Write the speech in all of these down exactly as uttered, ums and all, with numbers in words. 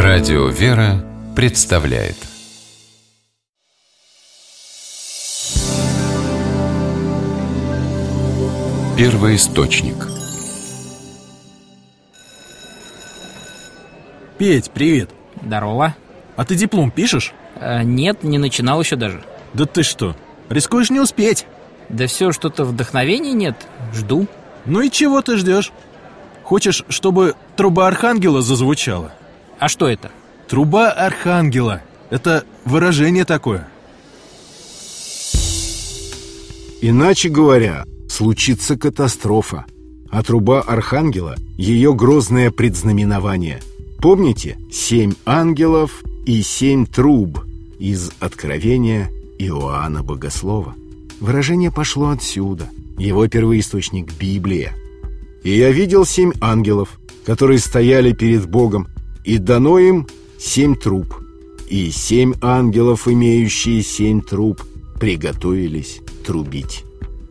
Радио «Вера» представляет Первоисточник. Петь, привет. Здорово. А ты диплом пишешь? э, Нет, не начинал еще даже. Да ты что, рискуешь не успеть. Да все, что-то вдохновения нет. Жду. Ну и чего ты ждешь? Хочешь, чтобы труба архангела зазвучала? А что это? Труба архангела. Это выражение такое. Иначе говоря, случится катастрофа, а труба архангела – ее грозное предзнаменование. Помните семь ангелов и семь труб из Откровения Иоанна Богослова? Выражение пошло отсюда. Его первоисточник – Библия. «И я видел семь ангелов, которые стояли перед Богом, и дано им семь труб, и семь ангелов, имеющие семь труб, приготовились трубить».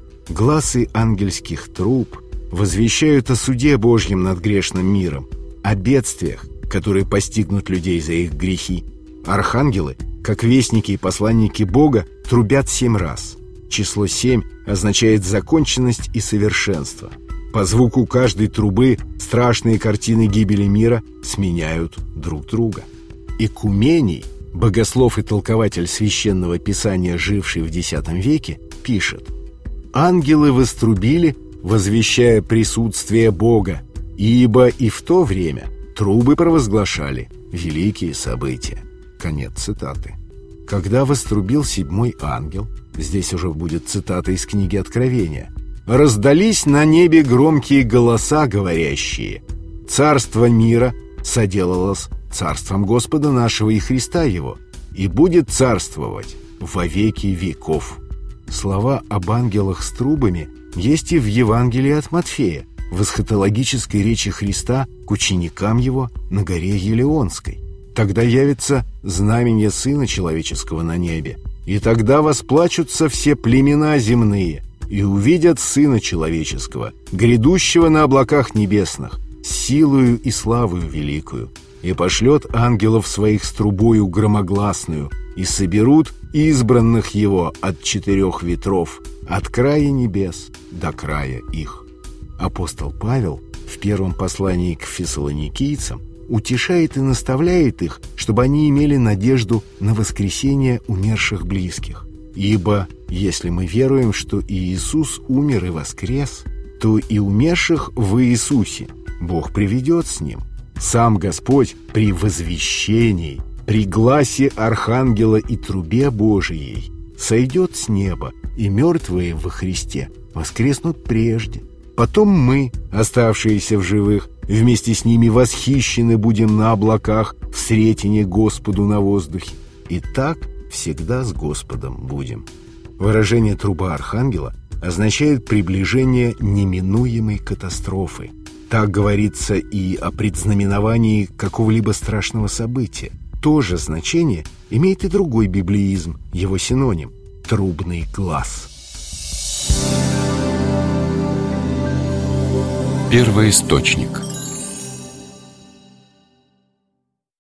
Гласы ангельских труб возвещают о суде Божьем над грешным миром, о бедствиях, которые постигнут людей за их грехи. Архангелы, как вестники и посланники Бога, трубят семь раз. Число семь означает законченность и совершенство. По звуку каждой трубы страшные картины гибели мира сменяют друг друга. Экумений, богослов и толкователь священного писания, живший в десятом веке, пишет: «Ангелы вострубили, возвещая присутствие Бога, ибо и в то время трубы провозглашали великие события». Конец цитаты. Когда вострубил седьмой ангел, здесь уже будет цитата из книги Откровения, раздались на небе громкие голоса, говорящие: «Царство мира соделалось царством Господа нашего и Христа Его, и будет царствовать во веки веков». Слова об ангелах с трубами есть и в Евангелии от Матфея, в эсхатологической речи Христа к ученикам Его на горе Елеонской. «Тогда явится знамение Сына Человеческого на небе, и тогда восплачутся все племена земные, и увидят Сына Человеческого, грядущего на облаках небесных, с силою и славою великую, и пошлет ангелов своих с трубою громогласную, и соберут избранных его от четырех ветров, от края небес до края их». Апостол Павел в первом послании к фессалоникийцам утешает и наставляет их, чтобы они имели надежду на воскресение умерших близких. «Ибо если мы веруем, что и Иисус умер и воскрес, то и умерших в Иисусе Бог приведет с Ним. Сам Господь при возвещении, при гласе архангела и трубе Божией сойдет с неба, и мертвые во Христе воскреснут прежде. Потом мы, оставшиеся в живых, вместе с ними восхищены будем на облаках в сретение Господу на воздухе. И так всегда с Господом будем». Выражение «труба архангела» означает приближение неминуемой катастрофы. Так говорится и о предзнаменовании какого-либо страшного события. То же значение имеет и другой библеизм, его синоним – трубный глас. Первоисточник.